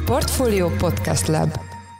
Portfolio Podcast Lab.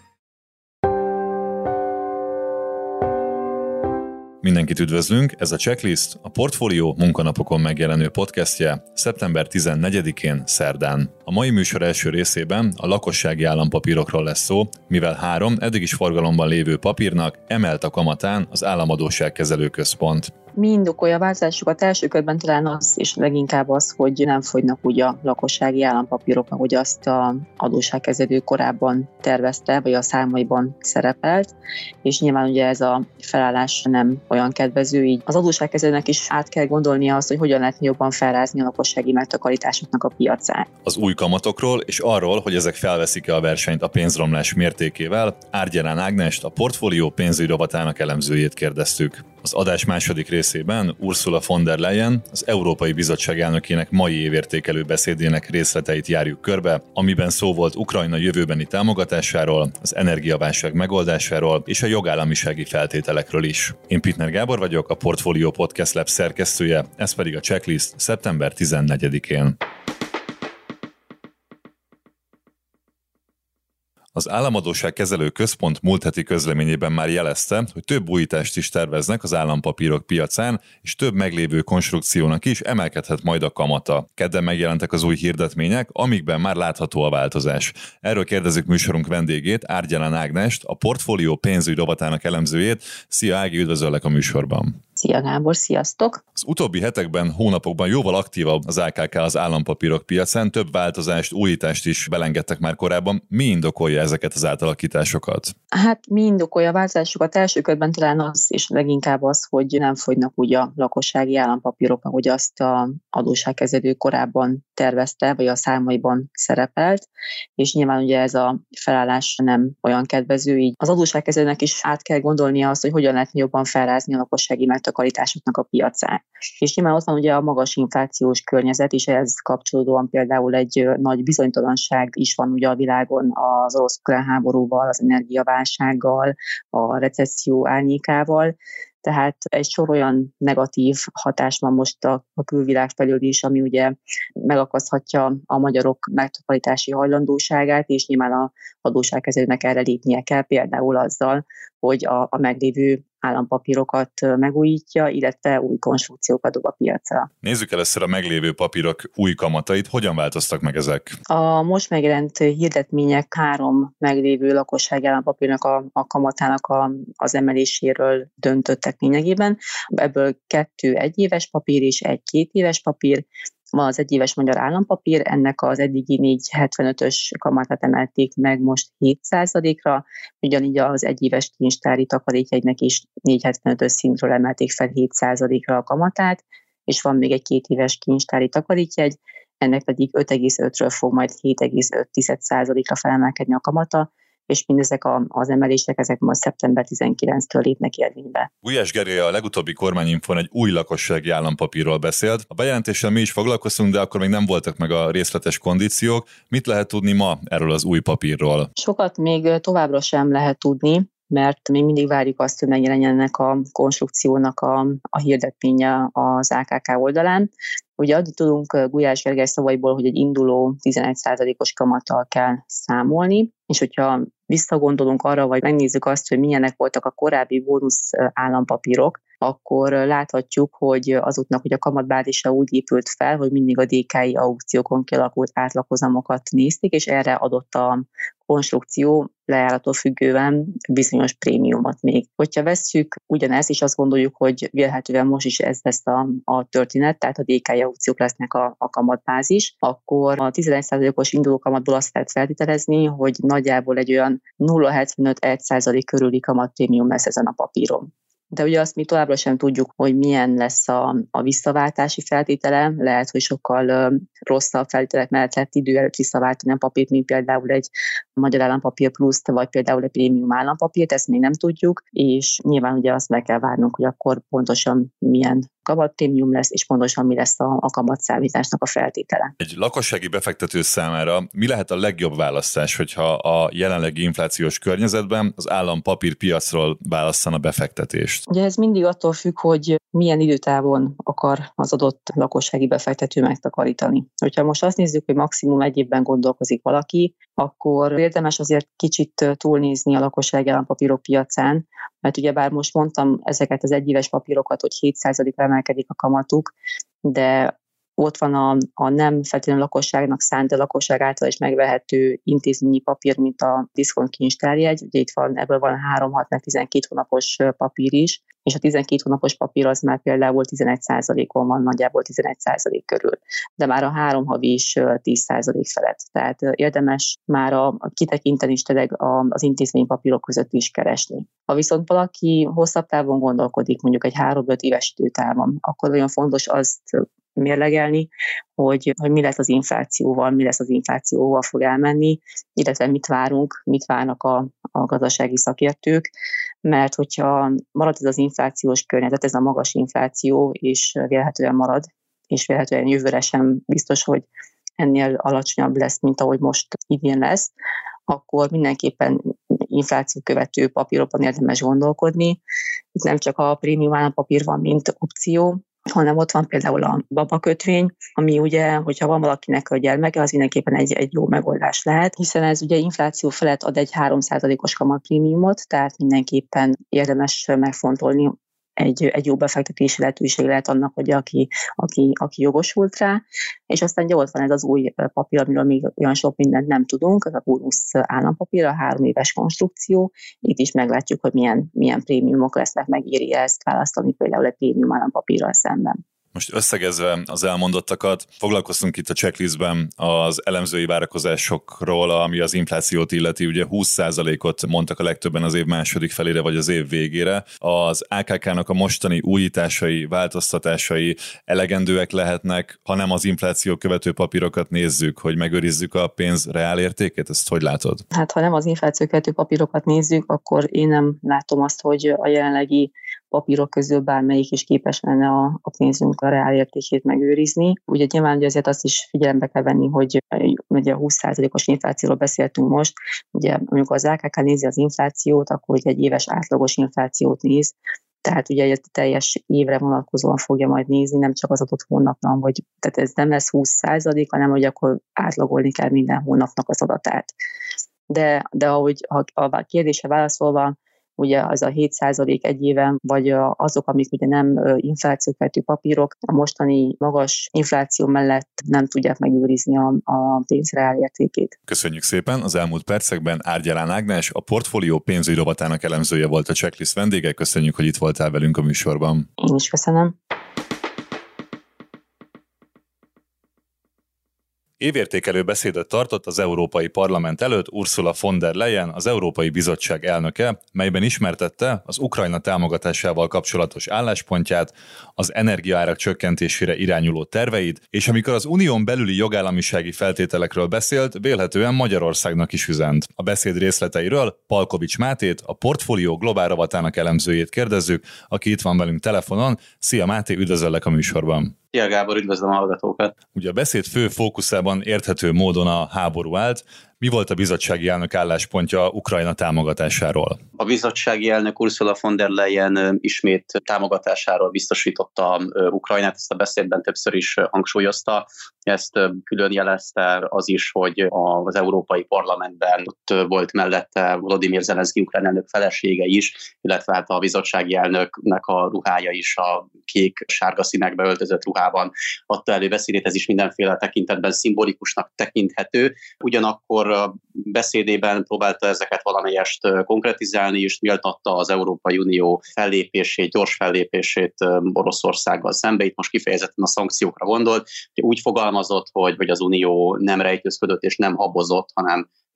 Mindenkit üdvözlünk, ez a Checklist, a Portfolio munkanapokon megjelenő podcastje szeptember 14-én szerdán. A mai műsor első részében a lakossági állampapírokról lesz szó, mivel 3 eddig is forgalomban lévő papírnak emelt a kamatán az Államadósságkezelő Központ. Mi indokolja a változásokat? Első körben talán az, és leginkább az, hogy nem fogynak úgy a lakossági állampapírok, ahogy azt az adósságkezelő korábban tervezte, vagy a számaiban szerepelt, és nyilván ugye ez a felállás nem olyan kedvező, így az adósságkezelőnek is át kell gondolnia azt, hogy hogyan lehetne jobban felrázni a lakossági megtakarításoknak a piacát. Az új kamatokról és arról, hogy ezek felveszik-e a versenyt a pénzromlás mértékével, Árgyalán Ágnest, a Portfolio pénzügyi rovatának elemzőjét kérdeztük. Az adás második részében Ursula von der Leyen, az Európai Bizottság elnökének mai évértékelő beszédének részleteit járjuk körbe, amiben szó volt Ukrajna jövőbeni támogatásáról, az energiaválság megoldásáról és a jogállamisági feltételekről is. Én Pittner Gábor vagyok, a Portfolio Podcast Lab szerkesztője, ez pedig a Checklist szeptember 14-én. Az Államadósságkezelő Központ múlt heti közleményében már jelezte, hogy több újítást is terveznek az állampapírok piacán, és több meglévő konstrukciónak is emelkedhet majd a kamata. Kedden megjelentek az új hirdetmények, amikben már látható a változás. Erről kérdezzük műsorunk vendégét, Árgyalán Ágnest, a Portfolio pénzügyi rovatának elemzőjét. Szia Ági, üdvözöllek a műsorban! Szia Gábor, sziasztok! Az utóbbi hetekben, hónapokban jóval aktívabb az AKK az állampapírok piacán, több változást, újítást is belengedtek már korábban. Mi indokolja ezeket az átalakításokat? Hát mi indokolja a változásokat? Első körben talán az, és leginkább az, hogy nem fogynak úgy a lakossági állampapírok, ahogy azt az adósságkezelő korábban tervezte, vagy a számaiban szerepelt, és nyilván ugye ez a felállás nem olyan kedvező, így az adósságkezelőnek is át kell gondolnia azt, hogy hogyan lehetne jobban felrázni a lakossági megtakarításoknak a piacát. És nyilván ott van ugye a magas inflációs környezet, és ehhez kapcsolódóan például egy nagy bizonytalanság is van ugye a világon az orosz-ukrán háborúval, az energiaválsággal, a recesszió árnyékával. Tehát egy sor olyan negatív hatás van most a külvilág felől is, ami ugye megakaszthatja a magyarok megtakarítási hajlandóságát, és nyilván az adósságkezelőnek erre lépnie kell, például azzal, hogy a meglévő állampapírokat megújítja, illetve új konstrukciókat dob a piacra. Nézzük először a meglévő papírok új kamatait. Hogyan változtak meg ezek? A most megjelent hirdetmények 3 meglévő lakossági állampapírnak a kamatának az emeléséről döntöttek lényegében. Ebből 2 egyéves papír és 1 2 éves papír. Van az egyéves magyar állampapír, ennek az eddigi 4,75-ös kamatát emelték meg most 7%-ra, ugyanígy az egyéves kincstári takarékjegynek is 4,75-ös szintről emelték fel 7%-ra a kamatát, és van még egy 2 éves kincstári takarékjegy, ennek pedig 5,5-ről fog majd 7,5%-ra felemelkedni a kamata, és mindezek az emelések, ezek majd szeptember 19-től lépnek érvénybe. Gulyás Gergely a legutóbbi kormányinfón egy új lakossági állampapírról beszélt. A bejelentéssel mi is foglalkoztunk, de akkor még nem voltak meg a részletes kondíciók. Mit lehet tudni ma erről az új papírról? Sokat még továbbra sem lehet tudni, mert még mindig várjuk azt, hogy megjelenjen ennek a konstrukciónak a hirdetménye az AKK oldalán. Ugye addig tudunk Gulyás Gergely szavaiból, hogy egy induló 11%-os kamattal kell számolni, és hogyha visszagondolunk arra, vagy megnézzük azt, hogy milyenek voltak a korábbi bónusz állampapírok, akkor láthatjuk, hogy azoknak ugye a kamatbázisa úgy épült fel, hogy mindig a DK-i aukciókon kialakult átlaghozamokat nézték, és erre adott a konstrukció lejárattól függően bizonyos prémiumot még. Hogyha vesszük ugyanezt, és azt gondoljuk, hogy vélhetően most is ez lesz a történet, tehát a DK-i aukciók lesznek a kamatbázis, akkor a 11%-os induló kamatból azt lehet feltételezni, hogy nagyjából egy olyan 0,75-1% körüli kamatprémium lesz ezen a papíron. De ugye azt mi továbbra sem tudjuk, hogy milyen lesz a visszaváltási feltétele, lehet, hogy sokkal rosszabb feltételek mellett lehet idő előtt visszaváltani a papírt, mint például egy magyar állampapír pluszt, vagy például egy prémium állampapírt, ezt még nem tudjuk, és nyilván ugye azt meg kell várnunk, hogy akkor pontosan milyen kamatprémium lesz, és pontosan mi lesz a kamatszámításnak a feltétele. Egy lakossági befektető számára mi lehet a legjobb választás, hogyha a jelenlegi inflációs környezetben az állam papírpiacról válasszana befektetést? Ugye ez mindig attól függ, hogy milyen időtávon akar az adott lakossági befektető megtakarítani. Hogyha most azt nézzük, hogy maximum egy évben gondolkozik valaki, akkor érdemes azért kicsit túlnézni a lakossági állampapírok piacán, mert ugyebár most mondtam ezeket az egyéves papírokat, hogy 7%-ra emelkedik a kamatuk, de ott van a nem feltétlenül lakosságnak szánt, de lakosság által is megvehető intézményi papír, mint a diszkontkincstárjegy. Ugye itt van, ebből van 3-6-12 hónapos papír is, és a 12 hónapos papír az már például 11%-on van, nagyjából 11% körül. De már a 3 havi is 10% felett. Tehát érdemes már kitekinteni is tényleg az intézményi papírok között is keresni. Ha viszont valaki hosszabb távon gondolkodik, mondjuk egy 3-5 éves időtávon, akkor olyan fontos azt mérlegelni, hogy mi lesz az inflációval, mi lesz az inflációval fog elmenni, illetve mit várnak a gazdasági szakértők, mert hogyha marad ez az inflációs környezet, ez a magas infláció, és vélhetően marad, és vélhetően jövőre sem biztos, hogy ennél alacsonyabb lesz, mint ahogy most idén lesz, akkor mindenképpen infláció követő papírokban érdemes gondolkodni. Itt nem csak a prémium állampapír van, mint opció, hanem ott van például a babakötvény, ami ugye, hogyha van valakinek a gyermeke, az mindenképpen egy jó megoldás lehet, hiszen ez ugye infláció felett ad egy 3%-os kamatprémiumot, tehát mindenképpen érdemes megfontolni, egy jó befektetési lehetőség lehet annak, hogy aki jogosult rá, és aztán ugye ott van ez az új papír, amiről még olyan sok mindent nem tudunk, az a bónusz állampapír, a 3 éves konstrukció, itt is meglátjuk, hogy milyen prémiumok lesznek, megéri ezt választani például egy prémium állampapírral szemben. Most összegezve az elmondottakat, foglalkoztunk itt a checklistben az elemzői várakozásokról, ami az inflációt illeti, ugye 20%-ot mondtak a legtöbben az év második felére vagy az év végére. Az AKK-nak a mostani újításai, változtatásai elegendőek lehetnek, ha nem az infláció követő papírokat nézzük, hogy megőrizzük a pénz reálértékét? Ezt hogy látod? Hát ha nem az infláció követő papírokat nézzük, akkor én nem látom azt, hogy a jelenlegi papírok közül bármelyik is képes lenne a pénzünk a reálértékét megőrizni. Ugye nyilván azért azt is figyelembe kell venni, hogy ugye a 20%-os inflációról beszéltünk most, ugye amikor az AKK nézi az inflációt, akkor ugye egy éves átlagos inflációt néz, tehát ugye egy teljes évre vonatkozóan fogja majd nézni, nem csak az adott hónapban, tehát ez nem lesz 20%, hanem hogy akkor átlagolni kell minden hónapnak az adatát. De ahogy a kérdésre válaszolva, ugye az a 7% egy éven, vagy azok, amik ugye nem inflációkövető papírok, a mostani magas infláció mellett nem tudják megőrizni a pénz reálértékét. Köszönjük szépen! Az elmúlt percekben Árgyalán Ágnes, a Portfólió pénzügyi rovatának elemzője volt a Checklist vendége. Köszönjük, hogy itt voltál velünk a műsorban. Én is köszönöm. Évértékelő beszédet tartott az Európai Parlament előtt Ursula von der Leyen, az Európai Bizottság elnöke, melyben ismertette az Ukrajna támogatásával kapcsolatos álláspontját, az energiaárak csökkentésére irányuló terveit, és amikor az unión belüli jogállamisági feltételekről beszélt, vélhetően Magyarországnak is üzent. A beszéd részleteiről Palkovics Mátét, a Portfólió globál rovatának elemzőjét kérdezzük, aki itt van velünk telefonon. Szia Máté, üdvözöllek a műsorban! Szia Gábor, üdvözlöm a hallgatókat! Ugye a beszéd fő fókuszában érthető módon a háború állt. Mi volt a bizottsági elnök álláspontja Ukrajna támogatásáról? A bizottsági elnök Ursula von der Leyen ismét támogatásáról biztosította Ukrajnát, ezt a beszédben többször is hangsúlyozta. Ezt külön jelezte az is, hogy az Európai Parlamentben ott volt mellette Volodymyr Zelenszky ukrán elnök felesége is, illetve hát a bizottsági elnöknek a ruhája is a kék-sárga színekbe öltözött ruhában adta elő beszédét, ez is mindenféle tekintetben szimbolikusnak tekinthető. Ugyanakkor a beszédében próbálta ezeket valamelyest konkretizálni, és méltatta az Európai Unió fellépését, gyors fellépését Oroszországgal szembe. Itt most kifejezetten a szankciókra gondolt. Úgy fogalmazott, hogy az Unió nem rejtőzködött és nem habozott, hanem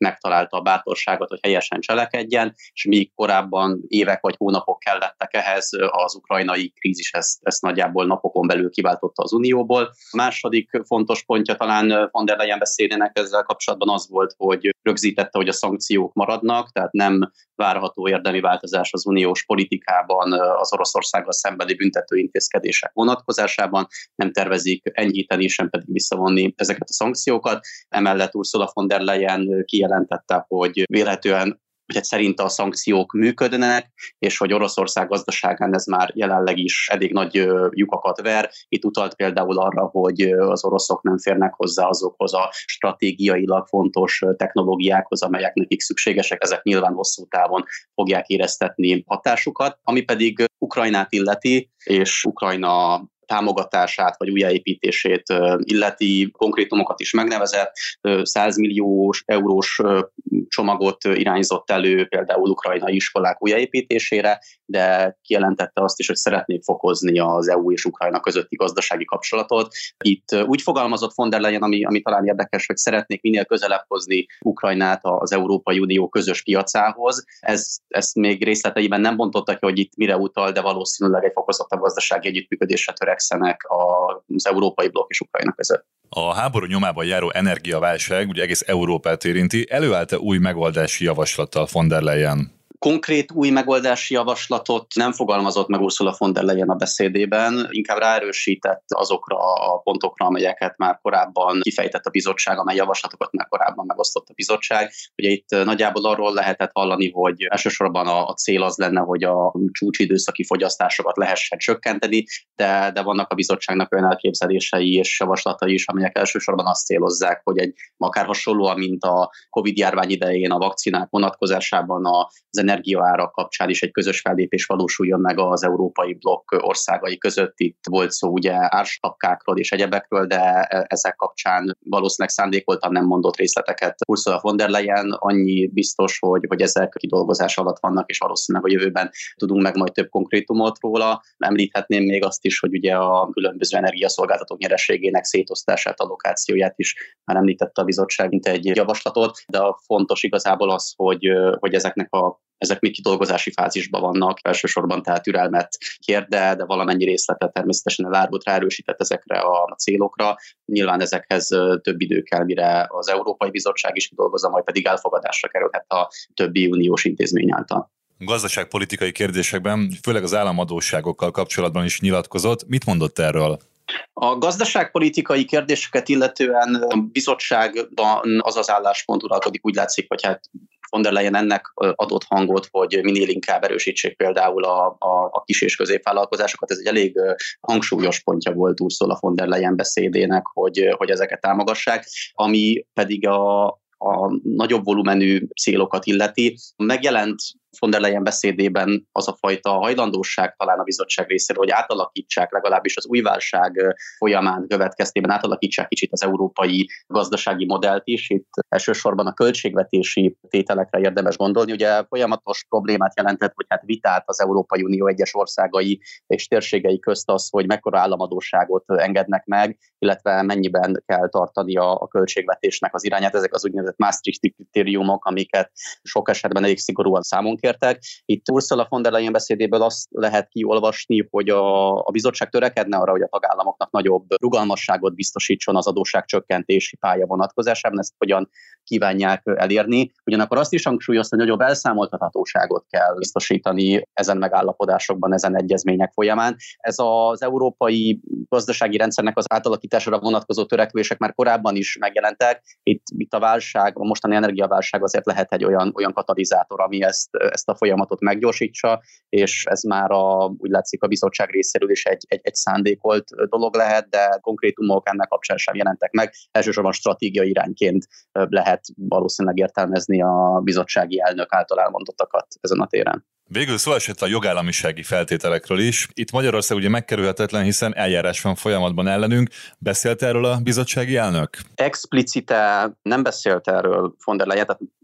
megtalálta a bátorságot, hogy helyesen cselekedjen, és míg korábban évek vagy hónapok kellettek ehhez, az ukrajnai krízis ezt nagyjából napokon belül kiváltotta az Unióból. A második fontos pontja talán von der Leyen beszédének ezzel kapcsolatban az volt, hogy rögzítette, hogy a szankciók maradnak, tehát nem várható érdemi változás az uniós politikában az Oroszországgal szembeni büntető intézkedések vonatkozásában, nem tervezik enyhíteni, sem pedig visszavonni ezeket a szankciókat. Emellett Ursula von der Leyen kijelentette, hogy vélhetően hogy szerint a szankciók működnek, és hogy Oroszország gazdaságán ez már jelenleg is elég nagy lyukakat ver. Itt utalt például arra, hogy az oroszok nem férnek hozzá azokhoz a stratégiailag fontos technológiákhoz, amelyek nekik szükségesek, ezek nyilván hosszú távon fogják éreztetni hatásukat. Ami pedig Ukrajnát illeti, és Ukrajna támogatását vagy újjáépítését illeti, konkrétumokat is megnevezett, 100 millió eurós csomagot irányzott elő például ukrajnai iskolák újjáépítésére, de kijelentette azt is, hogy szeretnék fokozni az EU és Ukrajna közötti gazdasági kapcsolatot. Itt úgy fogalmazott von der Leyen, ami talán érdekes, hogy szeretnék minél közelebb hozni Ukrajnát az Európai Unió közös piacához. Ezt még részleteiben nem bontotta ki, hogy itt mire utal, de valószínűleg egy fokozottabb gazdasági együttműködésre törekszenek az Európai Blokk és Ukrajna között. A háború nyomában járó energiaválság ugye egész Európát érinti. Előállt-e új megoldási javaslattal von der Leyen? Konkrét új megoldási javaslatot nem fogalmazott meg Ursula von der Leyen a beszédében, inkább ráerősített azokra a pontokra, amelyeket már korábban kifejtett a bizottság, amely javaslatokat már korábban megosztott a bizottság. Ugye itt nagyjából arról lehetett hallani, hogy elsősorban a cél az lenne, hogy a csúcsidőszaki fogyasztásokat lehessen csökkenteni, de vannak a bizottságnak olyan elképzelései és javaslatai is, amelyek elsősorban azt célozzák, hogy akár hasonlóan, mint a Covid-járvány idején a vakcinák vonatkozásában az energiaárak kapcsán is egy közös fellépés valósuljon meg az Európai Blokk országai között. Itt volt szó ugye árstapkákról és egyebekről, de ezek kapcsán valószínűleg szándékoltan nem mondott részleteket Ursula von der Leyen. Annyi biztos, hogy ezek kidolgozás alatt vannak, és valószínűleg a jövőben tudunk meg majd több konkrétumot róla. Említhetném még azt is, hogy ugye a különböző energiaszolgáltatók nyereségének szétosztását, allokációját is már említette a bizottság, mint egy javaslatot, de a fontos igazából az, hogy ezek még kidolgozási fázisban vannak, elsősorban tehát türelmet kér, de valamennyi részletet természetesen elárult, ráerősített ezekre a célokra. Nyilván ezekhez több idő kell, mire az Európai Bizottság is kidolgozza, majd pedig elfogadásra kerülhet a többi uniós intézmény által. Gazdaságpolitikai kérdésekben, főleg az államadósságokkal kapcsolatban is nyilatkozott. Mit mondott erről? A gazdaságpolitikai kérdéseket illetően a bizottságban az álláspont uralkodik, úgy látszik, hogy hát von der Leyen ennek adott hangot, hogy minél inkább erősítsék például a kis- és középvállalkozásokat. Ez egy elég hangsúlyos pontja volt Ursula von der Leyen beszédének, hogy ezeket támogassák, ami pedig a nagyobb volumenű célokat illeti. Megjelent von der Leyen beszédében az a fajta hajlandóság talán a bizottság részéről, hogy átalakítsák legalábbis az új válság folyamán következtében átalakítsák kicsit az európai gazdasági modellt is. Itt elsősorban a költségvetési tételekre érdemes gondolni. Ugye folyamatos problémát jelentett, hogy hát vitát az Európai Unió egyes országai és térségei közt az, hogy mekkora államadósságot engednek meg, illetve mennyiben kell tartani a költségvetésnek az irányát. Ezek az úgynevezett Maastrichti kritériumok, amiket sok esetben elég szigorúan számon kértek. Itt Ursula von der Leyen beszédéből azt lehet kiolvasni, hogy a bizottság törekedne arra, hogy a tagállamoknak nagyobb rugalmasságot biztosítson az adósságcsökkentési pálya vonatkozásában, ezt hogyan kívánják elérni. Ugyanakkor azt is hangsúlyozta, hogy nagyobb elszámoltathatóságot kell biztosítani ezen megállapodásokban, ezen egyezmények folyamán. Ez az európai gazdasági rendszernek az átalakítására vonatkozó törekvések már korábban is megjelentek. Itt a válság, a mostani energiaválság azért lehet egy olyan katalizátor, ami ezt a folyamatot meggyorsítsa, és ez már úgy látszik a bizottság részéről is egy szándékolt dolog lehet, de konkrétumok ennek kapcsán sem jelentek meg. Elsősorban stratégiai irányként lehet valószínűleg értelmezni a bizottsági elnök által elmondottakat ezen a téren. Végül szó esett a jogállamisági feltételekről is. Itt Magyarország ugye megkerülhetetlen, hiszen eljárás van folyamatban ellenünk. Beszélt erről a bizottsági elnök? Explicite nem beszélt erről von der Leyen, tehát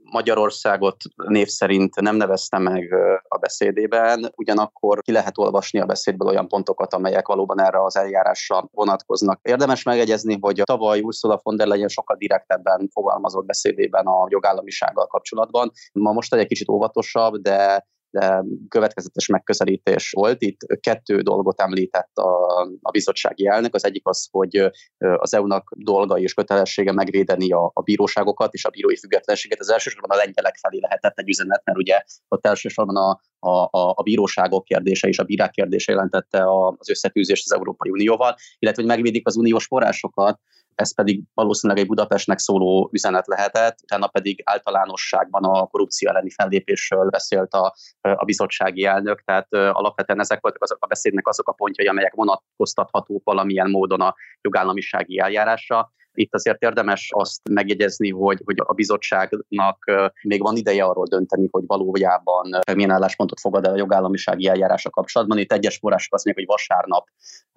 Magyarországot név szerint nem nevezte meg a beszédében, ugyanakkor ki lehet olvasni a beszédből olyan pontokat, amelyek valóban erre az eljárásra vonatkoznak. Érdemes megjegyezni, hogy tavaly Ursula von der Leyen sokkal direktebben fogalmazott beszédében a jogállamisággal kapcsolatban. Ma most egy kicsit óvatosabb, de következetes megközelítés volt. Itt 2 dolgot említett a bizottsági elnök. Az egyik az, hogy az EU-nak dolga és kötelessége megvédeni a bíróságokat és a bírói függetlenséget. Ez elsősorban a lengyelek felé lehetett egy üzenet, mert ugye ott elsősorban a bíróságok kérdése és a bírák kérdése jelentette az összetűzést az Európai Unióval, illetve hogy megvédik az uniós forrásokat. Ez pedig valószínűleg egy Budapestnek szóló üzenet lehetett, utána pedig általánosságban a korrupció elleni fellépésről beszélt a bizottsági elnök, tehát alapvetően ezek voltak azok a beszédnek azok a pontjai, amelyek vonatkoztathatók valamilyen módon a jogállamisági eljárásra. Itt azért érdemes azt megjegyezni, hogy a bizottságnak még van ideje arról dönteni, hogy valójában milyen álláspontot fogad el a jogállamisági eljárása kapcsolatban. Itt egyes források azt mondják, hogy vasárnap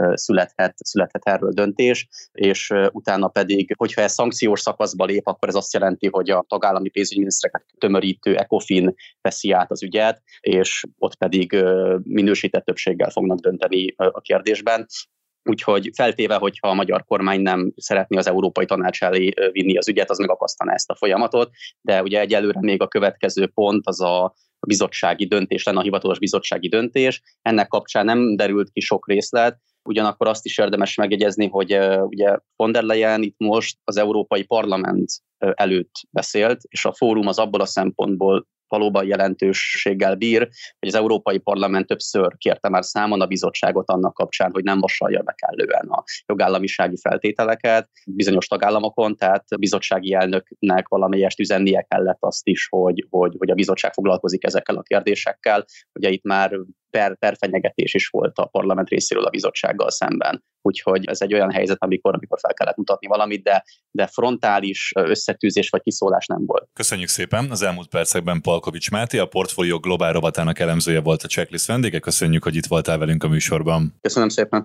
születhet erről döntés, és utána pedig, hogyha ez szankciós szakaszba lép, akkor ez azt jelenti, hogy a tagállami pénzügyminisztereket tömörítő ECOFIN veszi át az ügyet, és ott pedig minősített többséggel fognak dönteni a kérdésben. Úgyhogy feltéve, hogyha a magyar kormány nem szeretné az Európai Tanács elé vinni az ügyet, az megakasztaná ezt a folyamatot, de ugye egyelőre még a következő pont az a bizottsági döntés lenne, a hivatalos bizottsági döntés. Ennek kapcsán nem derült ki sok részlet, ugyanakkor azt is érdemes megjegyezni, hogy ugye von der Leyen itt most az Európai Parlament előtt beszélt, és a fórum az abból a szempontból valóban jelentőséggel bír, hogy az Európai Parlament többször kérte már számon a bizottságot annak kapcsán, hogy nem vasalja be kellően a jogállamisági feltételeket bizonyos tagállamokon, tehát a bizottsági elnöknek valamelyest üzennie kellett azt is, hogy a bizottság foglalkozik ezekkel a kérdésekkel. Ugye itt már perfenyegetés is volt a parlament részéről a bizottsággal szemben. Úgyhogy ez egy olyan helyzet, amikor fel kellett mutatni valamit, de frontális összetűzés vagy kiszólás nem volt. Köszönjük szépen! Az elmúlt percekben Palkovics Máté, a Portfolio Globál rovatának elemzője volt a Checklist vendége. Köszönjük, hogy itt voltál velünk a műsorban. Köszönöm szépen!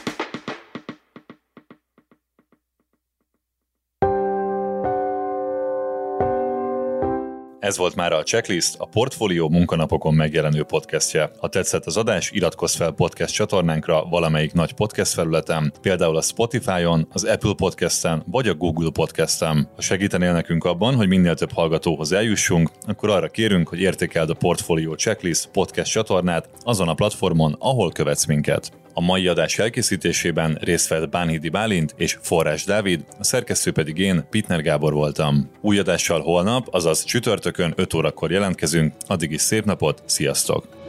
Ez volt már a Checklist, a Portfolio munkanapokon megjelenő podcastje. Ha tetszett az adás, iratkozz fel podcast csatornánkra valamelyik nagy podcast felületen, például a Spotify-on, az Apple Podcast-en vagy a Google Podcast-en. Ha segítenél nekünk abban, hogy minél több hallgatóhoz eljussunk, akkor arra kérünk, hogy értékeld a Portfolio Checklist podcast csatornát azon a platformon, ahol követsz minket. A mai adás elkészítésében részt vett Bánhidi Bálint és Forrás Dávid, a szerkesztő pedig én, Pittner Gábor voltam. Új adással holnap, azaz csütörtökön 5 órakor jelentkezünk, addig is szép napot, sziasztok!